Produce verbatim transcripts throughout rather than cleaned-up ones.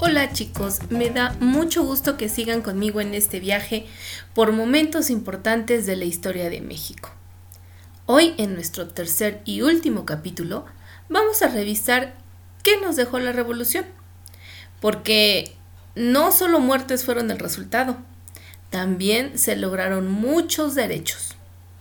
Hola chicos, me da mucho gusto que sigan conmigo en este viaje por momentos importantes de la historia de México. Hoy, en nuestro tercer y último capítulo, vamos a revisar qué nos dejó la revolución. Porque no solo muertes fueron el resultado, también se lograron muchos derechos.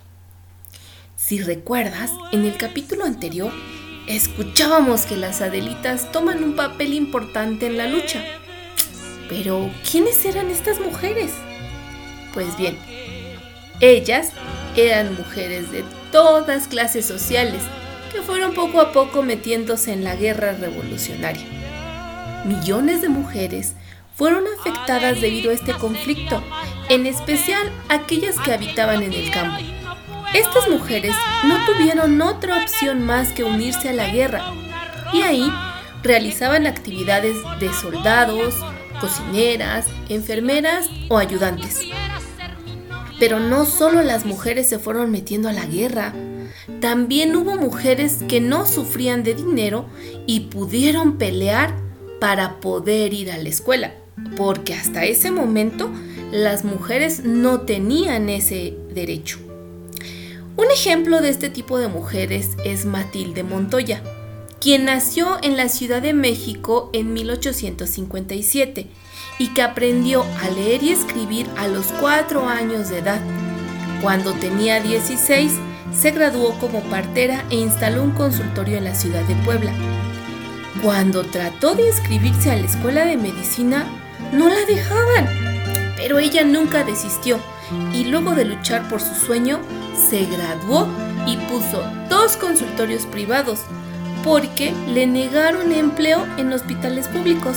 Si recuerdas, en el capítulo anterior, escuchábamos que las Adelitas toman un papel importante en la lucha. Pero, ¿quiénes eran estas mujeres? Pues bien, ellas eran mujeres de todas clases sociales que fueron poco a poco metiéndose en la guerra revolucionaria. Millones de mujeres fueron afectadas debido a este conflicto, en especial aquellas que habitaban en el campo. Estas mujeres no tuvieron otra opción más que unirse a la guerra y ahí realizaban actividades de soldados, cocineras, enfermeras o ayudantes. Pero no solo las mujeres se fueron metiendo a la guerra, también hubo mujeres que no sufrían de dinero y pudieron pelear para poder ir a la escuela, porque hasta ese momento las mujeres no tenían ese derecho. Un ejemplo de este tipo de mujeres es Matilde Montoya, quien nació en la Ciudad de México en mil ochocientos cincuenta y siete y que aprendió a leer y escribir a los cuatro años de edad. Cuando tenía dieciséis, se graduó como partera e instaló un consultorio en la ciudad de Puebla. Cuando trató de inscribirse a la escuela de medicina, no la dejaban, pero ella nunca desistió y luego de luchar por su sueño, se graduó y puso dos consultorios privados porque le negaron empleo en hospitales públicos.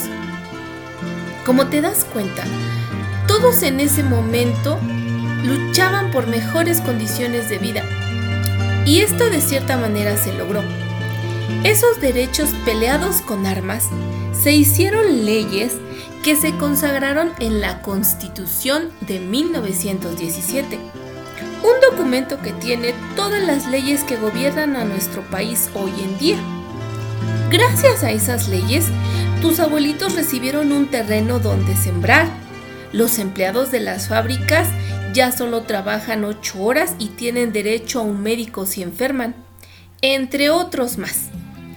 Como te das cuenta, todos en ese momento luchaban por mejores condiciones de vida y esto de cierta manera se logró. Esos derechos peleados con armas se hicieron leyes que se consagraron en la Constitución de mil novecientos diecisiete. Un documento que tiene todas las leyes que gobiernan a nuestro país hoy en día. Gracias a esas leyes, tus abuelitos recibieron un terreno donde sembrar. Los empleados de las fábricas ya solo trabajan ocho horas y tienen derecho a un médico si enferman, entre otros más.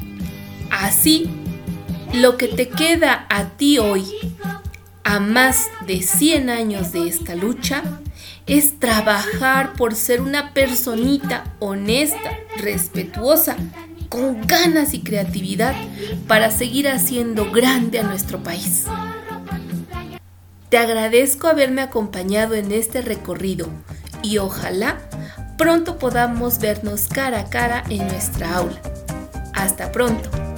Así, lo que te queda a ti hoy, a más de cien años de esta lucha, es trabajar por ser una personita honesta, respetuosa, con ganas y creatividad para seguir haciendo grande a nuestro país. Te agradezco haberme acompañado en este recorrido y ojalá pronto podamos vernos cara a cara en nuestra aula. Hasta pronto.